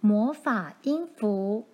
魔法音符。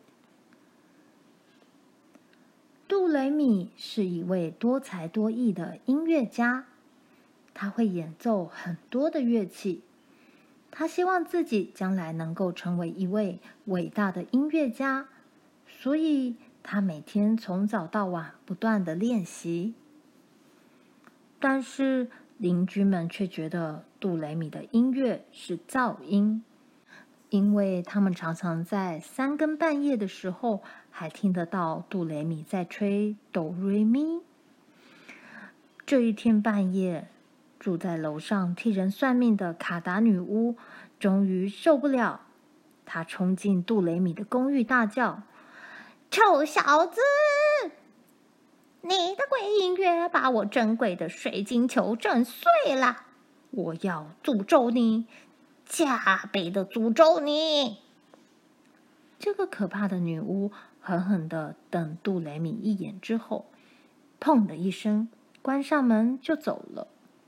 杜雷米是一位多才多艺的音乐家，他会演奏很多的乐器。他希望自己将来能够成为一位伟大的音乐家，所以他每天从早到晚不断的练习。但是邻居们却觉得杜雷米的音乐是噪音，因为他们常常在3更半夜的时候还听得到杜雷米在吹哆瑞咪。这一天半夜，住在楼上替人算命的卡达女巫终于受不了，她冲进杜雷米的公寓大叫：“臭小子！你的鬼音乐把我珍贵的水晶球震碎了，我要诅咒你，加倍的诅咒你！”这个可怕的女巫狠狠地瞪杜雷米一眼之后，砰的一声关上门就走了。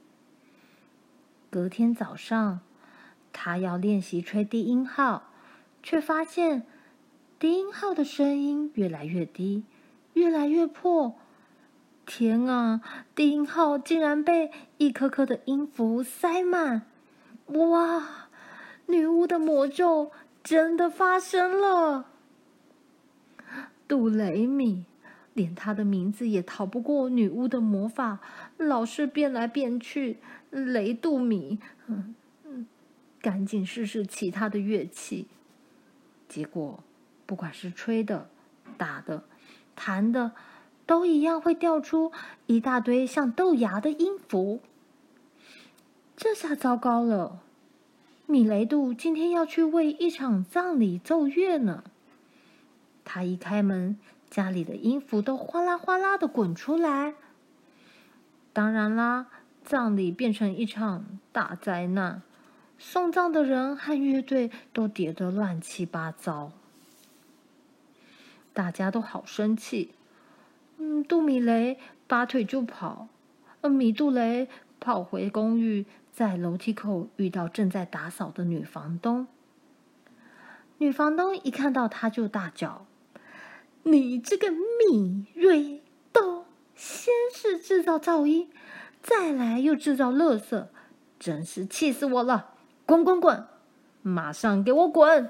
隔天早上，他要练习吹低音号，却发现低音号的声音越来越低，越来越破。天啊，低音号竟然被一颗颗的音符塞满！哇，女巫的魔咒真的发生了！杜雷米，连他的名字也逃不过女巫的魔法，老是变来变去。雷杜米，赶紧试试其他的乐器。结果，不管是吹的、打的、弹的，都一样会掉出一大堆像豆芽的音符。这下糟糕了，米雷杜今天要去为一场葬礼奏乐呢。他一开门，家里的音符都哗啦哗啦的滚出来。当然啦，葬礼变成一场大灾难，送葬的人和乐队都跌得乱七八糟。大家都好生气。杜米雷拔腿就跑，米杜雷跑回公寓，在楼梯口遇到正在打扫的女房东。女房东一看到他就大叫：“你这个米瑞豆，先是制造噪音，再来又制造垃圾，真是气死我了！滚滚滚，马上给我滚！”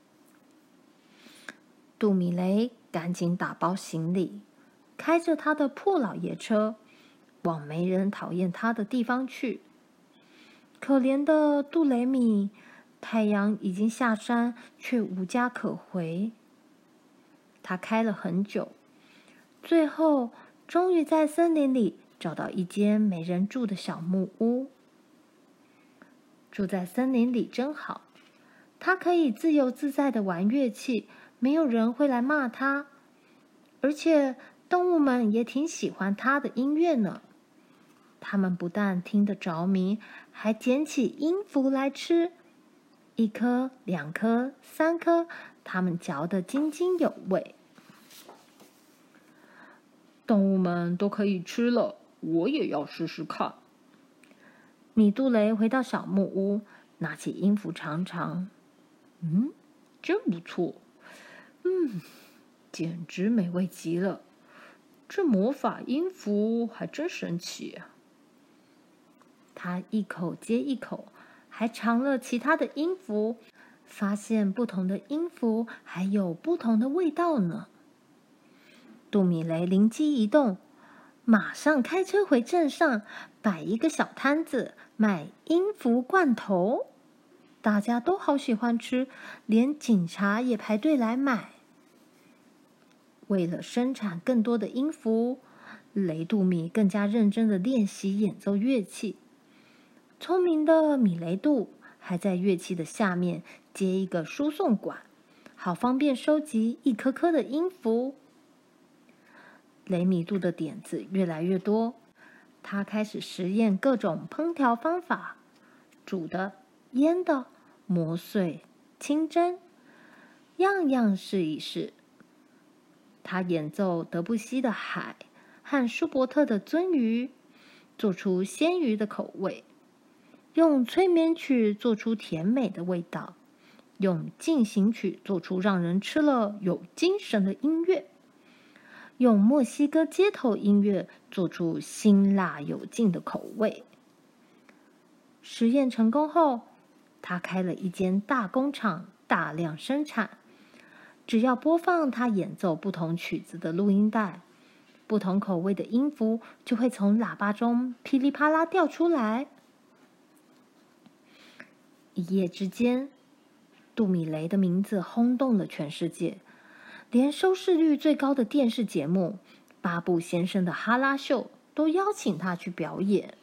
杜米雷赶紧打包行李，开着他的破老爷车，往没人讨厌他的地方去。可怜的杜雷米，太阳已经下山，却无家可回。他开了很久，最后终于在森林里找到一间没人住的小木屋。住在森林里真好，他可以自由自在的玩乐器，没有人会来骂他，而且动物们也挺喜欢他的音乐呢。他们不但听得着迷，还捡起音符来吃，1颗、2颗、3颗，他们嚼得津津有味。动物们都可以吃了，我也要试试看。米杜雷回到小木屋，拿起音符尝尝，真不错，简直美味极了。这魔法音符还真神奇啊！他一口接一口，还尝了其他的音符，发现不同的音符还有不同的味道呢。杜米雷灵机一动，马上开车回镇上，摆一个小摊子卖音符罐头。大家都好喜欢吃，连警察也排队来买。为了生产更多的音符，雷杜米更加认真的练习演奏乐器。聪明的米雷杜还在乐器的下面接一个输送管，好方便收集一颗颗的音符。雷米杜的点子越来越多，他开始实验各种烹调方法，煮的、腌的、磨碎、清蒸，样样试一试。他演奏德布西的《海》和舒伯特的《鳟鱼》，做出鲜鱼的口味；用催眠曲做出甜美的味道， 用进行曲做出让人吃了有精神的音乐，用墨西哥街头音乐做出辛辣有劲的口味。实验成功后，他开了一间大工厂，大量生产。只要播放他演奏不同曲子的录音带，不同口味的音符就会从喇叭中噼里啪啦掉出来。一夜之间，杜米雷的名字轰动了全世界，连收视率最高的电视节目《巴布先生的哈拉秀》都邀请他去表演。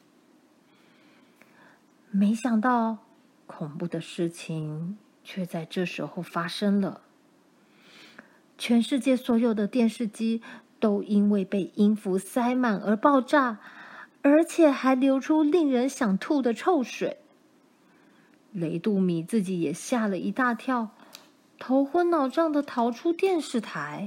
没想到，恐怖的事情却在这时候发生了。全世界所有的电视机都因为被音符塞满而爆炸，而且还流出令人想吐的臭水。雷杜米自己也吓了一大跳，头昏脑胀地逃出电视台。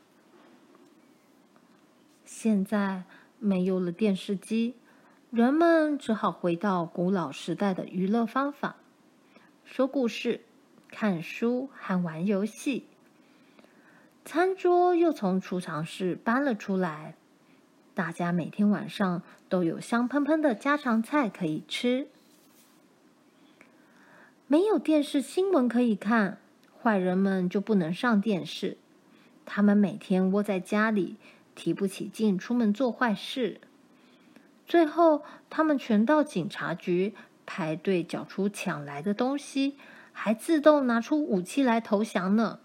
现在没有了电视机，人们只好回到古老时代的娱乐方法：说故事、看书和玩游戏。餐桌又从储藏室搬了出来，大家每天晚上都有香喷喷的家常菜可以吃。没有电视新闻可以看，坏人们就不能上电视。他们每天窝在家里，提不起劲出门做坏事。最后，他们全到警察局排队缴出抢来的东西，还自动拿出武器来投降呢。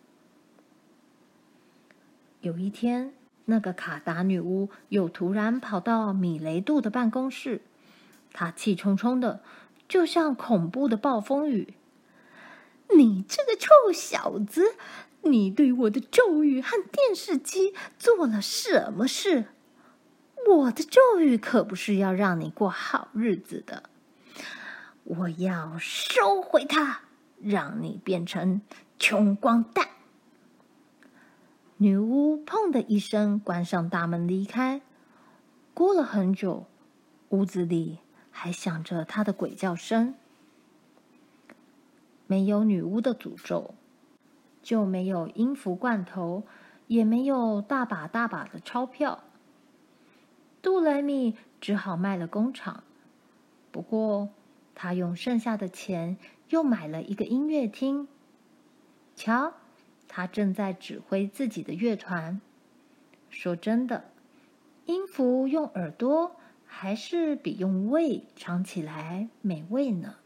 有一天，那个卡达女巫又突然跑到米雷杜的办公室，她气冲冲的，就像恐怖的暴风雨。你这个臭小子，你对我的咒语和电视机做了什么事？我的咒语可不是要让你过好日子的，我要收回它，让你变成穷光蛋。女巫砰的一声关上大门离开。过了很久，屋子里还响着她的鬼叫声。没有女巫的诅咒，就没有音符罐头，也没有大把大把的钞票。杜雷米只好卖了工厂，不过他用剩下的钱又买了一个音乐厅。瞧，他正在指挥自己的乐团。说真的，音符用耳朵还是比用胃尝起来美味呢。